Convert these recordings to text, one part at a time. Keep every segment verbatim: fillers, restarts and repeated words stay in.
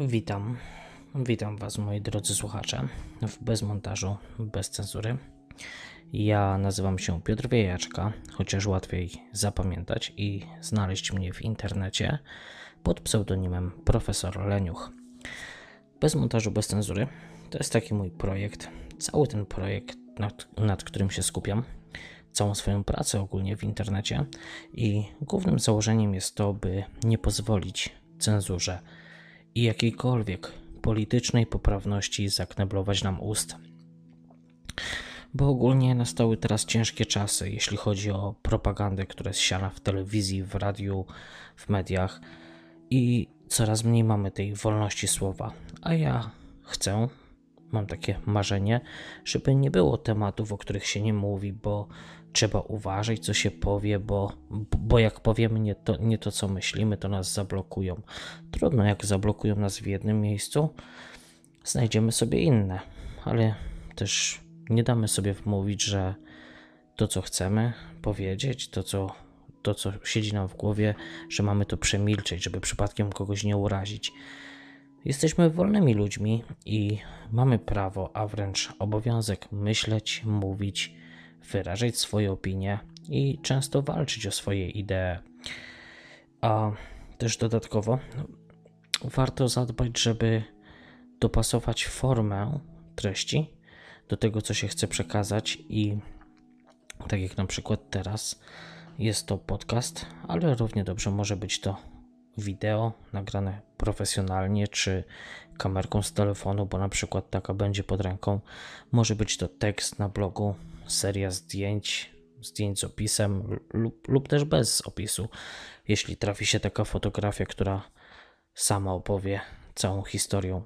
Witam, witam Was, moi drodzy słuchacze, w Bez Montażu, Bez Cenzury. Ja nazywam się Piotr Wiejaczka, chociaż łatwiej zapamiętać i znaleźć mnie w internecie pod pseudonimem Profesor Leniuch. Bez Montażu, Bez Cenzury to jest taki mój projekt, cały ten projekt, nad, nad którym się skupiam, całą swoją pracę ogólnie w internecie i głównym założeniem jest to, by nie pozwolić cenzurze i jakiejkolwiek politycznej poprawności zakneblować nam ust. Bo ogólnie nastały teraz ciężkie czasy, jeśli chodzi o propagandę, która jest siana w telewizji, w radiu, w mediach i coraz mniej mamy tej wolności słowa. A ja chcę, mam takie marzenie, żeby nie było tematów, o których się nie mówi, bo trzeba uważać, co się powie, bo, bo jak powiemy nie to, nie to, co myślimy, to nas zablokują. Trudno, jak zablokują nas w jednym miejscu, znajdziemy sobie inne, ale też nie damy sobie wmówić, że to, co chcemy powiedzieć, to, co, to, co siedzi nam w głowie, że mamy to przemilczeć, żeby przypadkiem kogoś nie urazić. Jesteśmy wolnymi ludźmi i mamy prawo, a wręcz obowiązek myśleć, mówić, wyrażać swoje opinie i często walczyć o swoje idee. A też dodatkowo warto zadbać, żeby dopasować formę treści do tego, co się chce przekazać i tak jak na przykład teraz jest to podcast, ale równie dobrze może być to wideo nagrane profesjonalnie czy kamerką z telefonu, bo na przykład taka będzie pod ręką. Może być to tekst na blogu, seria zdjęć, zdjęć z opisem lub, lub też bez opisu, jeśli trafi się taka fotografia, która sama opowie całą historię.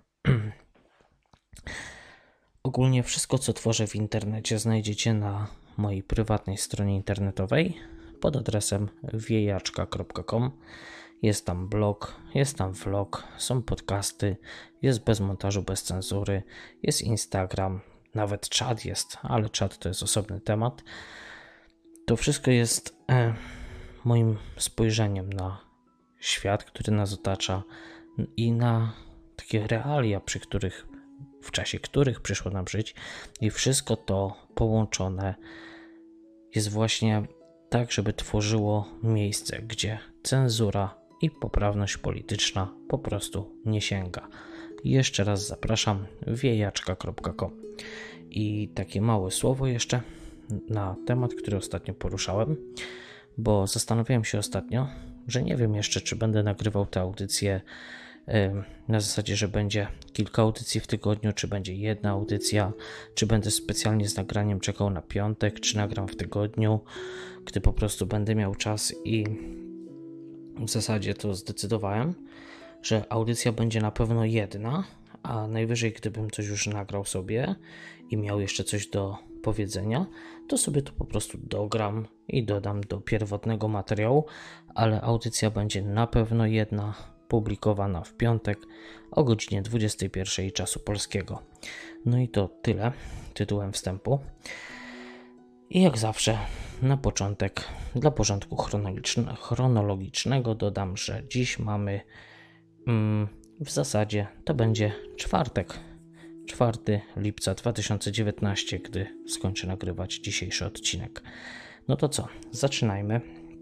Ogólnie wszystko, co tworzę w internecie, znajdziecie na mojej prywatnej stronie internetowej pod adresem wiejaczka kropka com. Jest tam blog, jest tam vlog, są podcasty, jest Bez Montażu, Bez Cenzury, jest Instagram, nawet czat jest, ale czat to jest osobny temat. To wszystko jest e, moim spojrzeniem na świat, który nas otacza i na takie realia, przy których, w czasie których przyszło nam żyć, i wszystko to połączone jest właśnie tak, żeby tworzyło miejsce, gdzie cenzura i poprawność polityczna po prostu nie sięga. Jeszcze raz zapraszam, wiejaczka kropka com. I takie małe słowo jeszcze na temat, który ostatnio poruszałem, bo zastanawiałem się ostatnio, że nie wiem jeszcze, czy będę nagrywał te audycje na zasadzie, że będzie kilka audycji w tygodniu, czy będzie jedna audycja, czy będę specjalnie z nagraniem czekał na piątek, czy nagram w tygodniu, gdy po prostu będę miał czas. I w zasadzie to zdecydowałem, że audycja będzie na pewno jedna, a najwyżej gdybym coś już nagrał sobie i miał jeszcze coś do powiedzenia, to sobie to po prostu dogram i dodam do pierwotnego materiału, ale audycja będzie na pewno jedna, publikowana w piątek o godzinie dwudziestej pierwszej czasu polskiego. No i to tyle tytułem wstępu. I jak zawsze na początek, dla porządku chronologiczne, chronologicznego dodam, że dziś mamy mm, w zasadzie to będzie czwartek, czwartego lipca dwa tysiące dziewiętnastego, gdy skończę nagrywać dzisiejszy odcinek. No to co, zaczynajmy.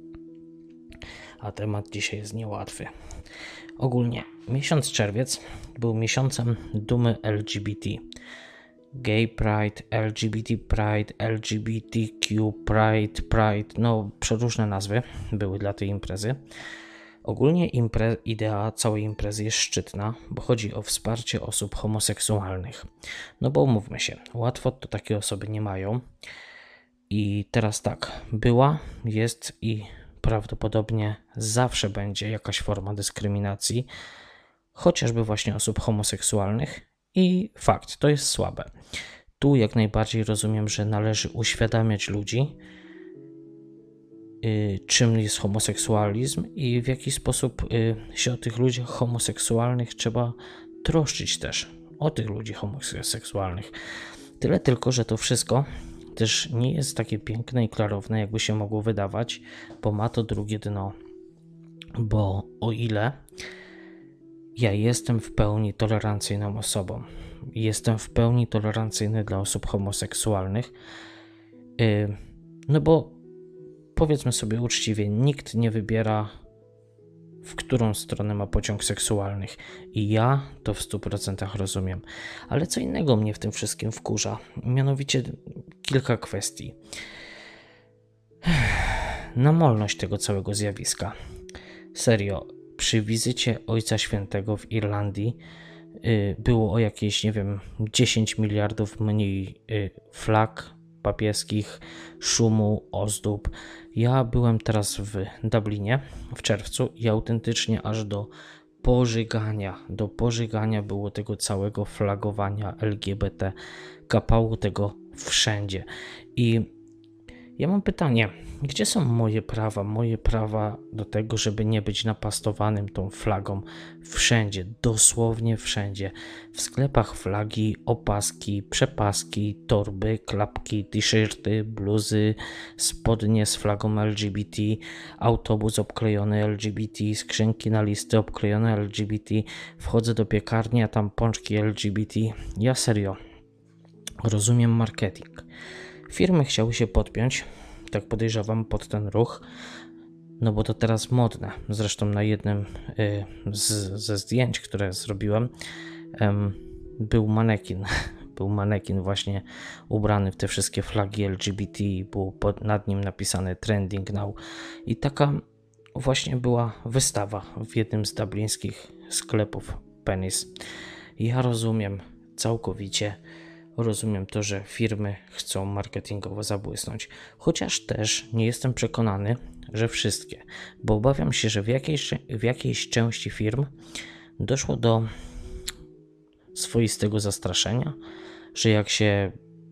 A temat dzisiaj jest niełatwy. Ogólnie miesiąc czerwiec był miesiącem dumy L G B T. Gay Pride, L G B T Pride, L G B T Q Pride, Pride, no przeróżne nazwy były dla tej imprezy. Ogólnie impre- idea całej imprezy jest szczytna, bo chodzi o wsparcie osób homoseksualnych. No bo umówmy się, łatwo to takie osoby nie mają. I teraz tak, była, jest i prawdopodobnie zawsze będzie jakaś forma dyskryminacji, chociażby właśnie osób homoseksualnych. I fakt, to jest słabe. Tu jak najbardziej rozumiem, że należy uświadamiać ludzi, yy, czym jest homoseksualizm i w jaki sposób yy, się o tych ludziach homoseksualnych trzeba troszczyć też. O tych ludzi homoseksualnych. Tyle tylko, że to wszystko też nie jest takie piękne i klarowne, jakby się mogło wydawać, bo ma to drugie dno. Bo o ile ja jestem w pełni tolerancyjną osobą. Jestem w pełni tolerancyjny dla osób homoseksualnych, yy, no bo powiedzmy sobie uczciwie, nikt nie wybiera, w którą stronę ma pociąg seksualny. I ja to w stu procentach rozumiem. Ale co innego mnie w tym wszystkim wkurza. Mianowicie kilka kwestii. Namolność tego całego zjawiska. Serio, przy wizycie Ojca Świętego w Irlandii yy, było o jakieś, nie wiem, dziesięć miliardów mniej yy, flag papieskich, szumu, ozdób. Ja byłem teraz w Dublinie w czerwcu i autentycznie aż do pożygania, do pożygania było tego całego flagowania L G B T, kapało tego wszędzie. I ja mam pytanie, gdzie są moje prawa, moje prawa do tego, żeby nie być napastowanym tą flagą wszędzie, dosłownie wszędzie. W sklepach flagi, opaski, przepaski, torby, klapki, t-shirty, bluzy, spodnie z flagą L G B T, autobus obklejony L G B T, skrzynki na listy obklejone L G B T, wchodzę do piekarni, a tam pączki L G B T. Ja serio rozumiem marketing. Firmy chciały się podpiąć, tak podejrzewam, pod ten ruch, no bo to teraz modne. Zresztą na jednym y, z, ze zdjęć, które zrobiłem, ym, był manekin. Był manekin właśnie ubrany w te wszystkie flagi L G B T, było pod, nad nim napisane Trending Now. I taka właśnie była wystawa w jednym z dublińskich sklepów Pennies. Ja rozumiem całkowicie, rozumiem to, że firmy chcą marketingowo zabłysnąć, chociaż też nie jestem przekonany, że wszystkie, bo obawiam się, że w jakiejś, w jakiejś części firm doszło do swoistego zastraszenia, że jak się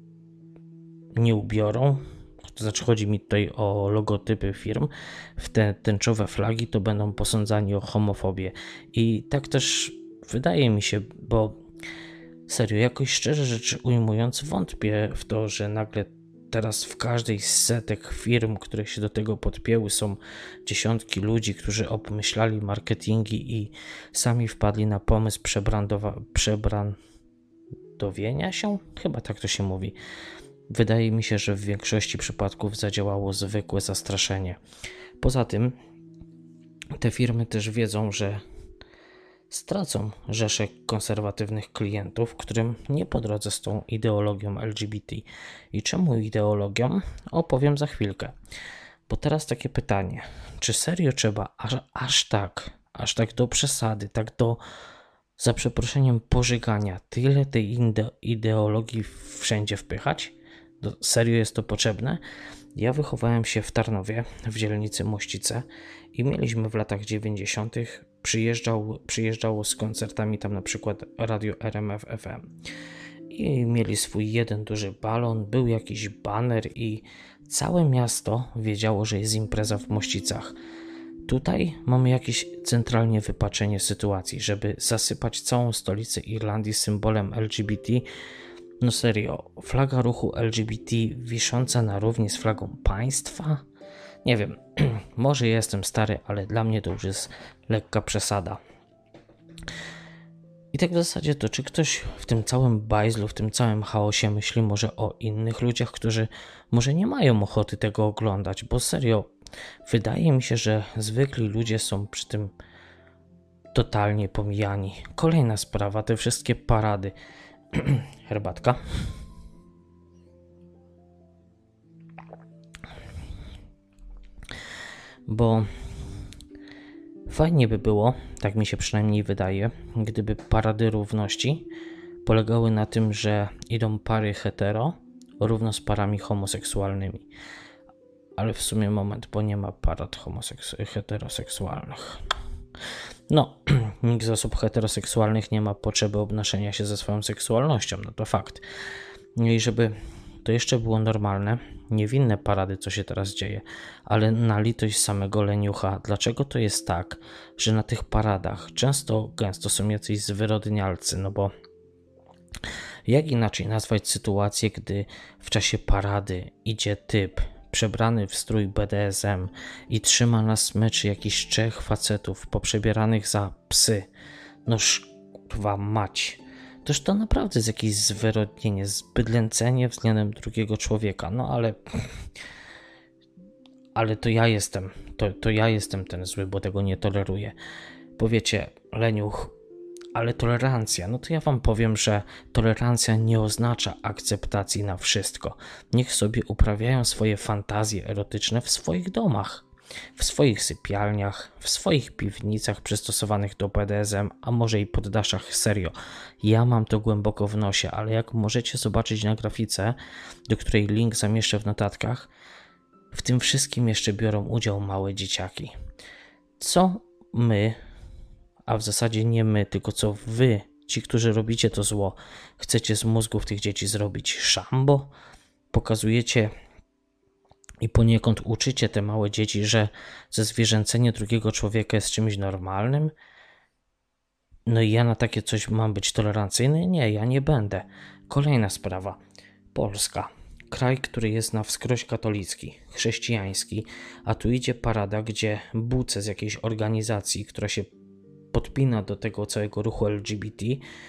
nie ubiorą, to znaczy chodzi mi tutaj o logotypy firm, w te tęczowe flagi, to będą posądzani o homofobię. I tak też wydaje mi się, bo serio, jakoś szczerze rzecz ujmując, wątpię w to, że nagle teraz w każdej z setek firm, które się do tego podpięły, są dziesiątki ludzi, którzy obmyślali marketingi i sami wpadli na pomysł przebrandowa- przebrandowienia się? Chyba tak to się mówi. Wydaje mi się, że w większości przypadków zadziałało zwykłe zastraszenie. Poza tym te firmy też wiedzą, że stracą rzeszę konserwatywnych klientów, którym nie po drodze z tą ideologią L G B T. I czemu ideologią? Opowiem za chwilkę. Bo teraz takie pytanie, czy serio trzeba aż, aż tak, aż tak do przesady, tak do, za przeproszeniem, pożygania, tyle tej ideologii wszędzie wpychać? Do, serio jest to potrzebne? Ja wychowałem się w Tarnowie, w dzielnicy Mościce i mieliśmy w latach dziewięćdziesiątych Przyjeżdżał, przyjeżdżało z koncertami tam na przykład Radio R M F F M i mieli swój jeden duży balon, był jakiś baner i całe miasto wiedziało, że jest impreza w Mościcach. Tutaj mamy jakieś centralnie wypaczenie sytuacji, żeby zasypać całą stolicę Irlandii symbolem L G B T. No serio, flaga ruchu L G B T wisząca na równi z flagą państwa? Nie wiem, może jestem stary, ale dla mnie to już jest lekka przesada. I tak w zasadzie to, czy ktoś w tym całym bajzlu, w tym całym chaosie myśli może o innych ludziach, którzy może nie mają ochoty tego oglądać, bo serio, wydaje mi się, że zwykli ludzie są przy tym totalnie pomijani. Kolejna sprawa, te wszystkie parady. Herbatka. Bo fajnie by było, tak mi się przynajmniej wydaje, gdyby parady równości polegały na tym, że idą pary hetero równo z parami homoseksualnymi. Ale w sumie moment, bo nie ma parad homoseks- heteroseksualnych. No, nikt z osób heteroseksualnych nie ma potrzeby obnoszenia się ze swoją seksualnością, no to fakt. I żeby to jeszcze było normalne, niewinne parady, co się teraz dzieje, ale na litość samego leniucha, dlaczego to jest tak, że na tych paradach często, gęsto są jacyś zwyrodnialcy, no bo jak inaczej nazwać sytuację, gdy w czasie parady idzie typ przebrany w strój B D S M i trzyma na smyczy jakichś trzech facetów poprzebieranych za psy. No kurwa mać. Toż to naprawdę jest jakieś zwyrodnienie, zbydlęcenie względem drugiego człowieka. No ale... Ale to ja jestem, to, to ja jestem ten zły, bo tego nie toleruję. Powiecie, leniuch, ale tolerancja, no to ja wam powiem, że tolerancja nie oznacza akceptacji na wszystko. Niech sobie uprawiają swoje fantazje erotyczne w swoich domach, w swoich sypialniach, w swoich piwnicach przystosowanych do B D S M, a może i poddaszach. Serio, ja mam to głęboko w nosie, ale jak możecie zobaczyć na grafice, do której link zamieszczę w notatkach, w tym wszystkim jeszcze biorą udział małe dzieciaki. Co my, a w zasadzie nie my, tylko co wy, ci, którzy robicie to zło, chcecie z mózgów tych dzieci zrobić szambo? Pokazujecie i poniekąd uczycie te małe dzieci, że zezwierzęcenie drugiego człowieka jest czymś normalnym? No i ja na takie coś mam być tolerancyjny? Nie, ja nie będę. Kolejna sprawa. Polska. Kraj, który jest na wskroś katolicki, chrześcijański, a tu idzie parada, gdzie buce z jakiejś organizacji, która się podpina do tego całego ruchu L G B T,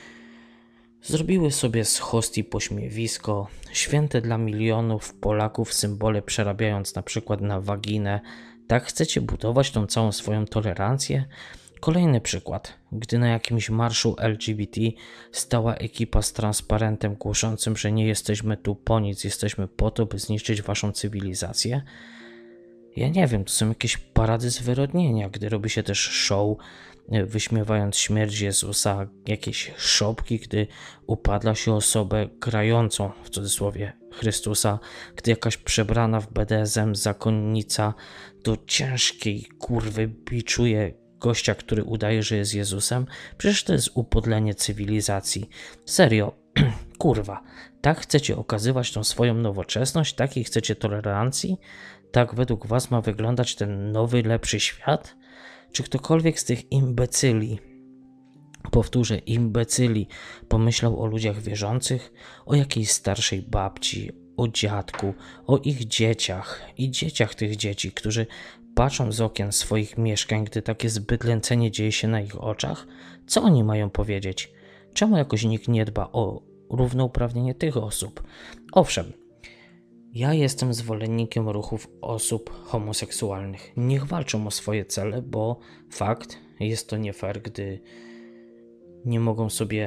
zrobiły sobie z hostii pośmiewisko, święte dla milionów Polaków symbole przerabiając na przykład na waginę. Tak chcecie budować tą całą swoją tolerancję? Kolejny przykład, gdy na jakimś marszu L G B T stała ekipa z transparentem głoszącym, że nie jesteśmy tu po nic, jesteśmy po to, by zniszczyć waszą cywilizację. Ja nie wiem, to są jakieś parady zwyrodnienia, gdy robi się też show, wyśmiewając śmierć Jezusa, jakieś szopki, gdy upadla się osobę grającą, w cudzysłowie, Chrystusa, gdy jakaś przebrana w B D S M zakonnica do ciężkiej kurwy biczuje gościa, który udaje, że jest Jezusem. Przecież to jest upodlenie cywilizacji. Serio, kurwa, tak chcecie okazywać tą swoją nowoczesność? Takiej chcecie tolerancji? Tak według was ma wyglądać ten nowy, lepszy świat? Czy ktokolwiek z tych imbecyli, powtórzę, imbecyli, pomyślał o ludziach wierzących, o jakiejś starszej babci, o dziadku, o ich dzieciach i dzieciach tych dzieci, którzy patrzą z okien swoich mieszkań, gdy takie zbydlęcenie dzieje się na ich oczach? Co oni mają powiedzieć? Czemu jakoś nikt nie dba o równouprawnienie tych osób? Owszem, ja jestem zwolennikiem ruchów osób homoseksualnych. Niech walczą o swoje cele, bo fakt, jest to nie fair, gdy nie mogą sobie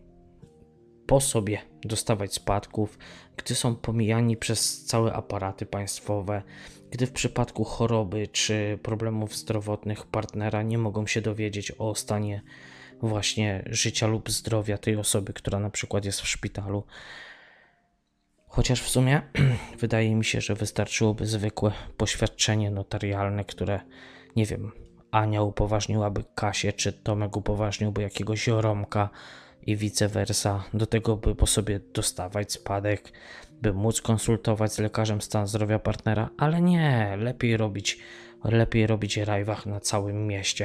po sobie dostawać spadków, gdy są pomijani przez całe aparaty państwowe, gdy w przypadku choroby czy problemów zdrowotnych partnera nie mogą się dowiedzieć o stanie właśnie życia lub zdrowia tej osoby, która na przykład jest w szpitalu. Chociaż w sumie wydaje mi się, że wystarczyłoby zwykłe poświadczenie notarialne, które, nie wiem, Ania upoważniłaby Kasię, czy Tomek upoważniłby jakiegoś Romka i vice versa, do tego, by po sobie dostawać spadek, by móc konsultować z lekarzem stan zdrowia partnera, ale nie, lepiej robić, lepiej robić rajwach na całym mieście.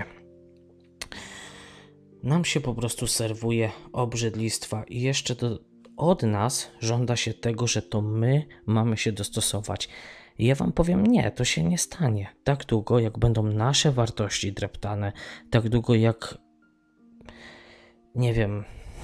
Nam się po prostu serwuje obrzydlistwa i jeszcze do, od nas żąda się tego, że to my mamy się dostosować. I ja wam powiem, nie, to się nie stanie. Tak długo, jak będą nasze wartości dreptane, tak długo jak, nie wiem,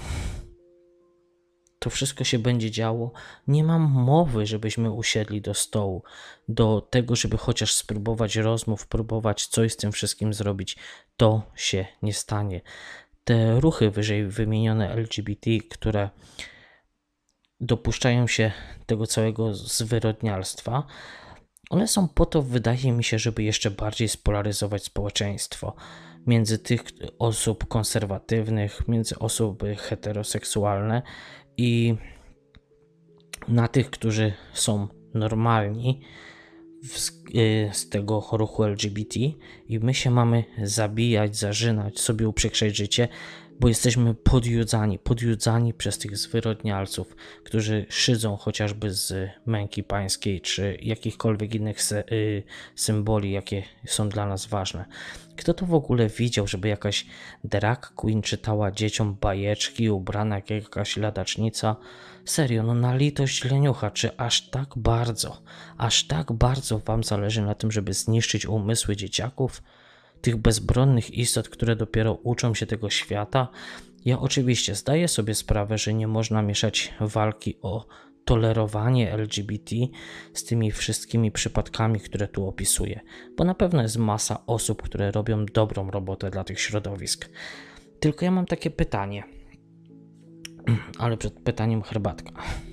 to wszystko się będzie działo, nie mam mowy, żebyśmy usiedli do stołu, do tego, żeby chociaż spróbować rozmów, próbować coś z tym wszystkim zrobić. To się nie stanie. Te ruchy wyżej wymienione L G B T, które dopuszczają się tego całego zwyrodnialstwa, one są po to, wydaje mi się, żeby jeszcze bardziej spolaryzować społeczeństwo między tych osób konserwatywnych, między osoby heteroseksualne i na tych, którzy są normalni w, z tego ruchu L G B T i my się mamy zabijać, zarzynać, sobie uprzykrzać życie, bo jesteśmy podjudzani, podjudzani przez tych zwyrodnialców, którzy szydzą chociażby z męki pańskiej, czy jakichkolwiek innych sy- y, symboli, jakie są dla nas ważne. Kto to w ogóle widział, żeby jakaś drag queen czytała dzieciom bajeczki, ubrana jak jakaś ladacznica? Serio, no na litość leniucha, czy aż tak bardzo, aż tak bardzo wam zależy na tym, żeby zniszczyć umysły dzieciaków? tych bezbronnych istot, które dopiero uczą się tego świata. Ja oczywiście zdaję sobie sprawę, że nie można mieszać walki o tolerowanie L G B T z tymi wszystkimi przypadkami, które tu opisuję, bo na pewno jest masa osób, które robią dobrą robotę dla tych środowisk. Tylko ja mam takie pytanie, ale przed pytaniem herbatka.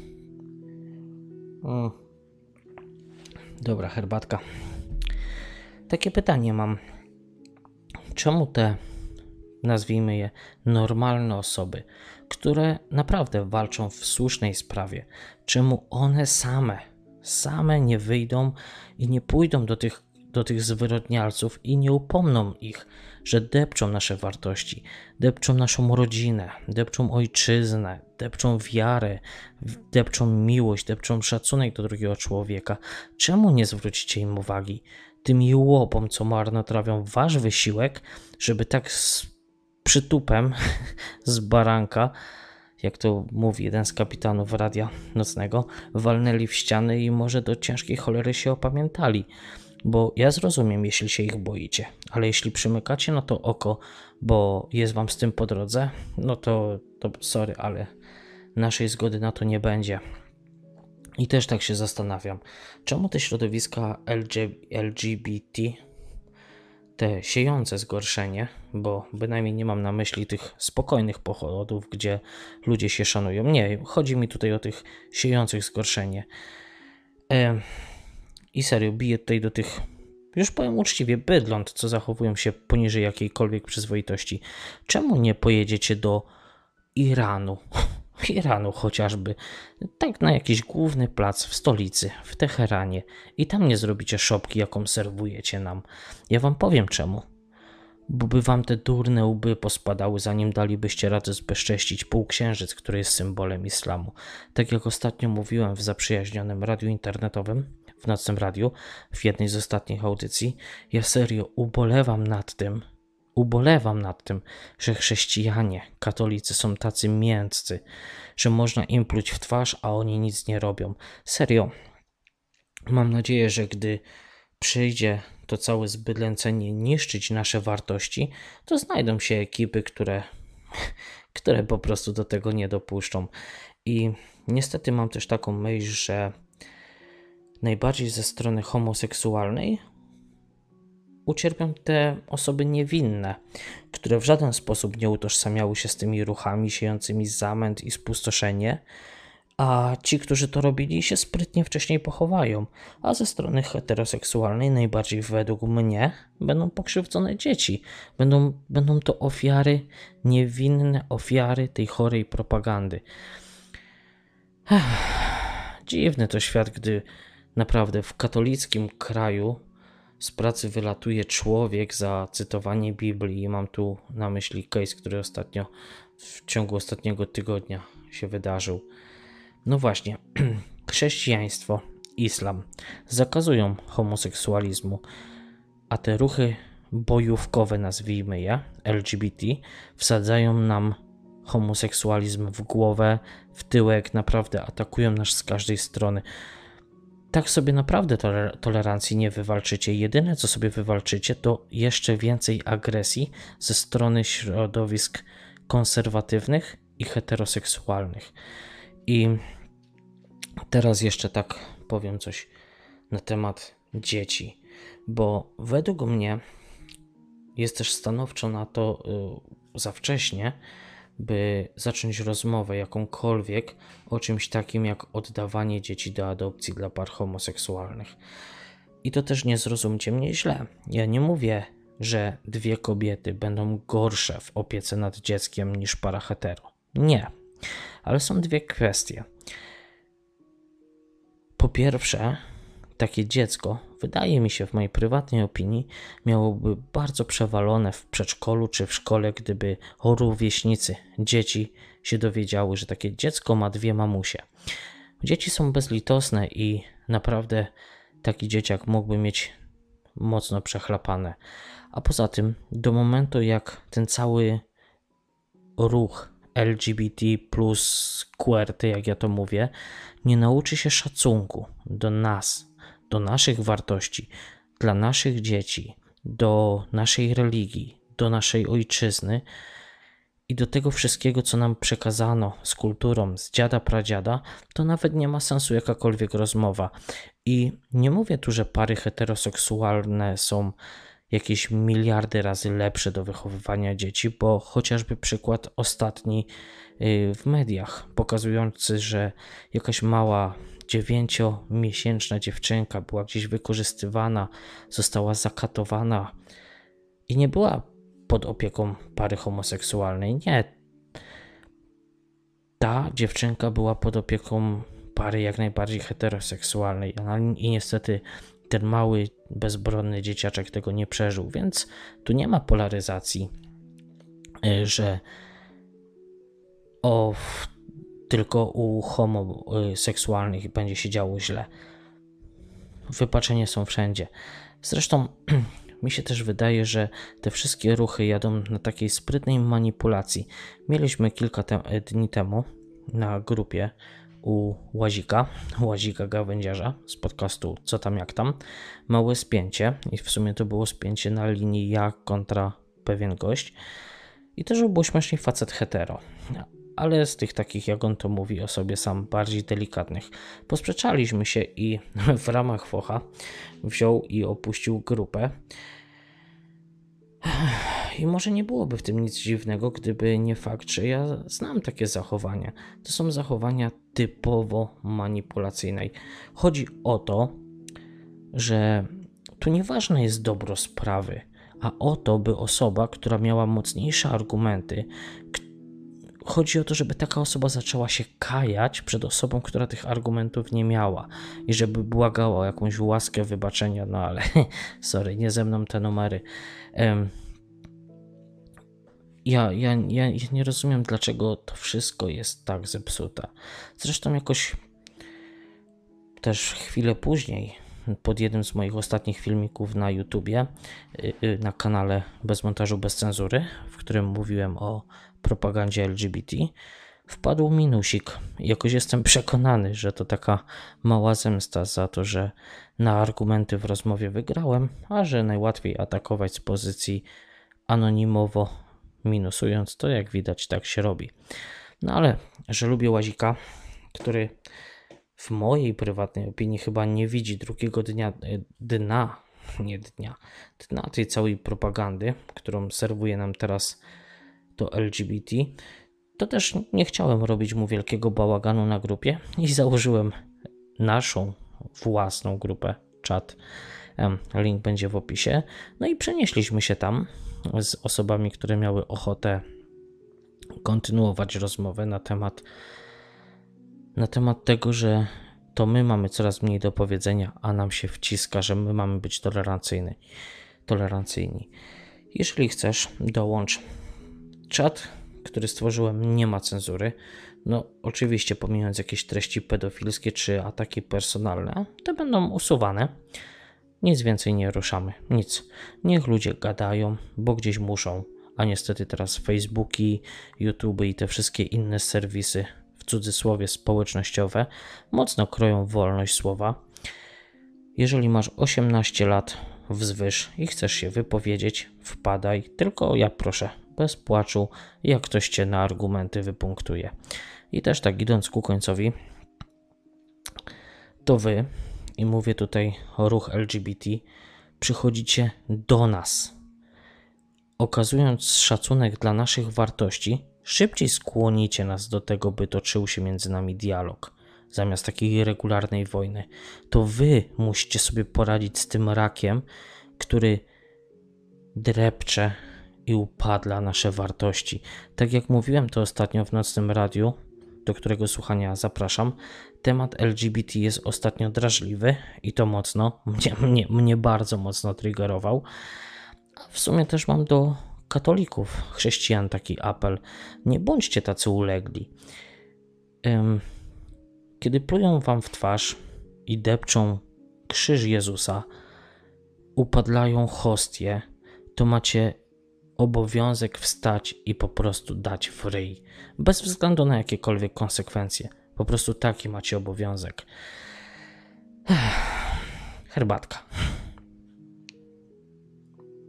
Mm. Dobra, herbatka. Takie pytanie mam. Czemu te, nazwijmy je, normalne osoby, które naprawdę walczą w słusznej sprawie, czemu one same, same nie wyjdą i nie pójdą do tych, do tych zwyrodnialców i nie upomną ich, że depczą nasze wartości, depczą naszą rodzinę, depczą ojczyznę, depczą wiarę, depczą miłość, depczą szacunek do drugiego człowieka. Czemu nie zwrócicie im uwagi? Tym jełopom, co marnotrawią wasz wysiłek, żeby tak z przytupem z baranka, jak to mówi jeden z kapitanów radia nocnego, walnęli w ściany i może do ciężkiej cholery się opamiętali. Bo ja zrozumiem, jeśli się ich boicie, ale jeśli przymykacie na to oko, bo jest wam z tym po drodze, no to, to sorry, ale naszej zgody na to nie będzie. I też tak się zastanawiam, czemu te środowiska L G B T, te siejące zgorszenie, bo bynajmniej nie mam na myśli tych spokojnych pochodów, gdzie ludzie się szanują. Nie, chodzi mi tutaj o tych siejących zgorszenie. E, I serio, biję tutaj do tych, już powiem uczciwie, bydląt, co zachowują się poniżej jakiejkolwiek przyzwoitości. Czemu nie pojedziecie do Iranu? Iranu chociażby, tak na jakiś główny plac w stolicy, w Teheranie i tam nie zrobicie szopki, jaką serwujecie nam. Ja wam powiem czemu. Bo by wam te durne łby pospadały, zanim dalibyście radę zbezcześcić półksiężyc, który jest symbolem islamu. Tak jak ostatnio mówiłem w zaprzyjaźnionym radiu internetowym, w Nocnym Radiu, w jednej z ostatnich audycji, ja serio ubolewam nad tym, Ubolewam nad tym, że chrześcijanie, katolicy są tacy mięccy, że można im pluć w twarz, a oni nic nie robią. Serio, mam nadzieję, że gdy przyjdzie to całe zbydlęcenie niszczyć nasze wartości, to znajdą się ekipy, które, które po prostu do tego nie dopuszczą. I niestety mam też taką myśl, że najbardziej ze strony homoseksualnej ucierpią te osoby niewinne, które w żaden sposób nie utożsamiały się z tymi ruchami siejącymi zamęt i spustoszenie, a ci, którzy to robili, się sprytnie wcześniej pochowają, a ze strony heteroseksualnej najbardziej według mnie będą pokrzywdzone dzieci, będą, będą to ofiary, niewinne ofiary tej chorej propagandy. Ech, dziwny to świat, gdy naprawdę w katolickim kraju z pracy wylatuje człowiek za cytowanie Biblii i mam tu na myśli case, który ostatnio, w ciągu ostatniego tygodnia się wydarzył. No właśnie, chrześcijaństwo, islam zakazują homoseksualizmu, a te ruchy bojówkowe, nazwijmy je, L G B T, wsadzają nam homoseksualizm w głowę, w tyłek, naprawdę atakują nas z każdej strony. Tak sobie naprawdę toler- tolerancji nie wywalczycie. Jedyne, co sobie wywalczycie, to jeszcze więcej agresji ze strony środowisk konserwatywnych i heteroseksualnych. I teraz jeszcze tak powiem coś na temat dzieci, bo według mnie jest też stanowczo na to yy, za wcześnie, by zacząć rozmowę jakąkolwiek o czymś takim jak oddawanie dzieci do adopcji dla par homoseksualnych. I to też nie zrozumcie mnie źle. Ja nie mówię, że dwie kobiety będą gorsze w opiece nad dzieckiem niż para hetero. Nie. Ale są dwie kwestie. Po pierwsze, takie dziecko, wydaje mi się w mojej prywatnej opinii, miałoby bardzo przewalone w przedszkolu czy w szkole, gdyby rówieśnicy, dzieci się dowiedziały, że takie dziecko ma dwie mamusie. Dzieci są bezlitosne i naprawdę taki dzieciak mógłby mieć mocno przechlapane. A poza tym, do momentu jak ten cały ruch L G B T plus Q R T, jak ja to mówię, nie nauczy się szacunku do nas, do naszych wartości, dla naszych dzieci, do naszej religii, do naszej ojczyzny i do tego wszystkiego, co nam przekazano z kulturą, z dziada, pradziada, to nawet nie ma sensu jakakolwiek rozmowa. I nie mówię tu, że pary heteroseksualne są jakieś miliardy razy lepsze do wychowywania dzieci, bo chociażby przykład ostatni w mediach pokazujący, że jakaś mała dziewięciomiesięczna dziewczynka była gdzieś wykorzystywana, została zakatowana i nie była pod opieką pary homoseksualnej. Nie. Ta dziewczynka była pod opieką pary jak najbardziej heteroseksualnej i niestety ten mały, bezbronny dzieciaczek tego nie przeżył, więc tu nie ma polaryzacji, że o, tylko u homoseksualnych będzie się działo źle. Wypaczenia są wszędzie. Zresztą mi się też wydaje, że te wszystkie ruchy jadą na takiej sprytnej manipulacji. Mieliśmy kilka te- dni temu na grupie u Łazika, Łazika Gawędziarza z podcastu Co tam jak tam, małe spięcie i w sumie to było spięcie na linii ja kontra pewien gość i też było śmiesznie facet hetero, ale z tych takich, jak on to mówi o sobie sam, bardziej delikatnych. Posprzeczaliśmy się i w ramach focha wziął i opuścił grupę. I może nie byłoby w tym nic dziwnego, gdyby nie fakt, że ja znam takie zachowania. To są zachowania typowo manipulacyjne. Chodzi o to, że tu nieważne jest dobro sprawy, a o to, by osoba, która miała mocniejsze argumenty, chodzi o to, żeby taka osoba zaczęła się kajać przed osobą, która tych argumentów nie miała i żeby błagała o jakąś łaskę wybaczenia, no ale sorry, nie ze mną te numery. Um, ja, ja, ja, ja nie rozumiem, dlaczego to wszystko jest tak zepsute. Zresztą jakoś też chwilę później, pod jednym z moich ostatnich filmików na YouTubie, na kanale Bez montażu, bez cenzury, w którym mówiłem o propagandzie L G B T, wpadł minusik. Jakoś jestem przekonany, że to taka mała zemsta za to, że na argumenty w rozmowie wygrałem, a że najłatwiej atakować z pozycji anonimowo, minusując to, jak widać, tak się robi. No ale, że lubię Łazika, który w mojej prywatnej opinii chyba nie widzi drugiego dnia, dna, nie dnia, dna tej całej propagandy, którą serwuje nam teraz to L G B T, to też nie chciałem robić mu wielkiego bałaganu na grupie i założyłem naszą własną grupę, czat. Link będzie w opisie. No i przenieśliśmy się tam z osobami, które miały ochotę kontynuować rozmowę na temat na temat tego, że to my mamy coraz mniej do powiedzenia, a nam się wciska, że my mamy być tolerancyjni. tolerancyjni. Jeżeli chcesz, dołącz. Czat, który stworzyłem, nie ma cenzury. No oczywiście pomijając jakieś treści pedofilskie czy ataki personalne, te będą usuwane. Nic więcej nie ruszamy. Nic. Niech ludzie gadają, bo gdzieś muszą. A niestety teraz Facebooki, YouTube i te wszystkie inne serwisy, w cudzysłowie społecznościowe, mocno kroją wolność słowa. Jeżeli masz osiemnaście lat wzwyż i chcesz się wypowiedzieć, wpadaj, tylko ja proszę, bez płaczu, jak ktoś cię na argumenty wypunktuje. I też tak idąc ku końcowi, to wy, i mówię tutaj o ruch L G B T, przychodzicie do nas, okazując szacunek dla naszych wartości, szybciej skłonicie nas do tego, by toczył się między nami dialog, zamiast takiej regularnej wojny. To wy musicie sobie poradzić z tym rakiem, który drepcze i upadla nasze wartości. Tak jak mówiłem to ostatnio w Nocnym Radiu, do którego słuchania zapraszam, temat L G B T jest ostatnio drażliwy i to mocno, mnie, mnie, mnie bardzo mocno triggerował. A w sumie też mam do katolików, chrześcijan taki apel. Nie bądźcie tacy ulegli. Kiedy plują wam w twarz i depczą krzyż Jezusa, upadlają hostie, to macie obowiązek wstać i po prostu dać w ryj. Bez względu na jakiekolwiek konsekwencje. Po prostu taki macie obowiązek. Herbatka.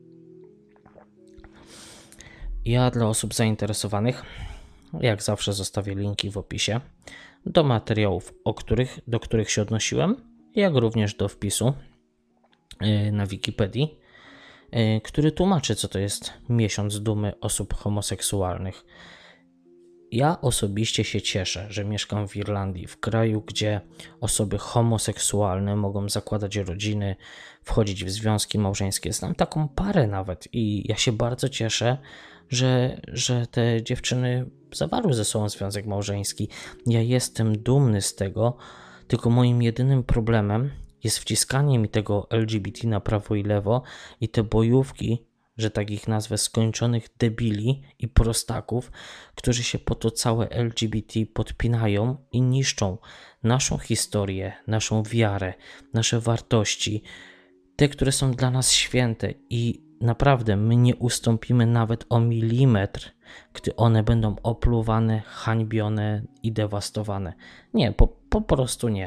Ja dla osób zainteresowanych, jak zawsze, zostawię linki w opisie do materiałów, o których, do których się odnosiłem, jak również do wpisu na Wikipedii, który tłumaczy, co to jest miesiąc dumy osób homoseksualnych. Ja osobiście się cieszę, że mieszkam w Irlandii, w kraju, gdzie osoby homoseksualne mogą zakładać rodziny, wchodzić w związki małżeńskie. Znam taką parę nawet i ja się bardzo cieszę, że, że te dziewczyny zawarły ze sobą związek małżeński. Ja jestem dumny z tego, tylko moim jedynym problemem jest wciskanie mi tego L G B T na prawo i lewo i te bojówki, że tak ich nazwę, skończonych debili i prostaków, którzy się po to całe L G B T podpinają i niszczą naszą historię, naszą wiarę, nasze wartości, te, które są dla nas święte, i naprawdę my nie ustąpimy nawet o milimetr, gdy one będą opluwane, hańbione i dewastowane. Nie, po, po prostu nie.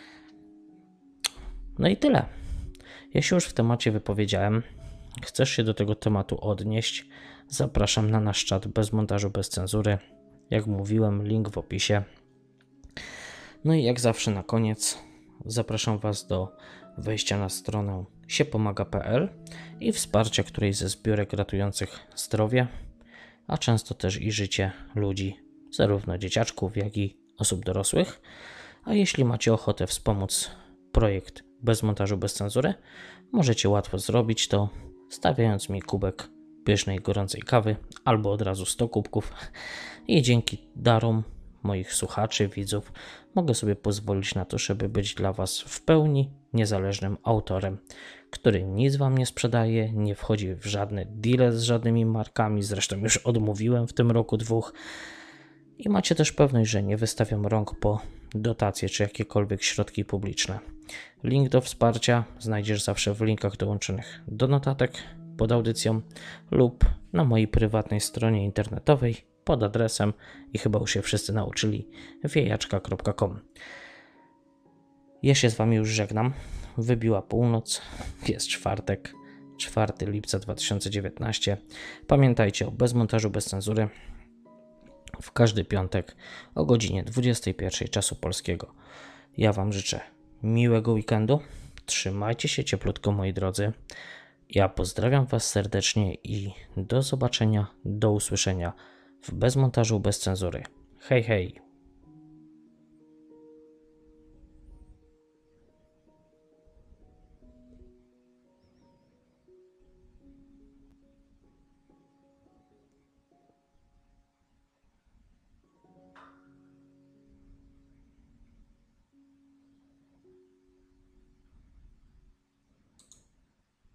No i tyle. Ja się już w temacie wypowiedziałem. Chcesz się do tego tematu odnieść? Zapraszam na nasz czat bez montażu, bez cenzury. Jak mówiłem, link w opisie. No i jak zawsze na koniec zapraszam Was do wejścia na stronę siepomaga kropka p l i wsparcia którejś ze zbiórek ratujących zdrowie, a często też i życie ludzi, zarówno dzieciaczków, jak i osób dorosłych. A jeśli macie ochotę wspomóc projekt bez montażu, bez cenzury, możecie łatwo zrobić to, stawiając mi kubek pysznej, gorącej kawy albo od razu sto kubków, i dzięki darom moich słuchaczy, widzów mogę sobie pozwolić na to, żeby być dla Was w pełni niezależnym autorem, który nic Wam nie sprzedaje, nie wchodzi w żadne deale z żadnymi markami, zresztą już odmówiłem w tym roku dwóch, i macie też pewność, że nie wystawiam rąk po dotacje czy jakiekolwiek środki publiczne. Link do wsparcia znajdziesz zawsze w linkach dołączonych do notatek pod audycją lub na mojej prywatnej stronie internetowej pod adresem, i chyba już się wszyscy nauczyli, wiejaczka kropka com. Ja się z Wami już żegnam. Wybiła północ, jest czwartek, czwartego lipca dwa tysiące dziewiętnastego. Pamiętajcie o bez montażu, bez cenzury w każdy piątek o godzinie dwudziestej pierwszej czasu polskiego. Ja Wam życzę miłego weekendu. Trzymajcie się cieplutko, moi drodzy. Ja pozdrawiam Was serdecznie i do zobaczenia, do usłyszenia w bez montażu, bez cenzury. Hej, hej!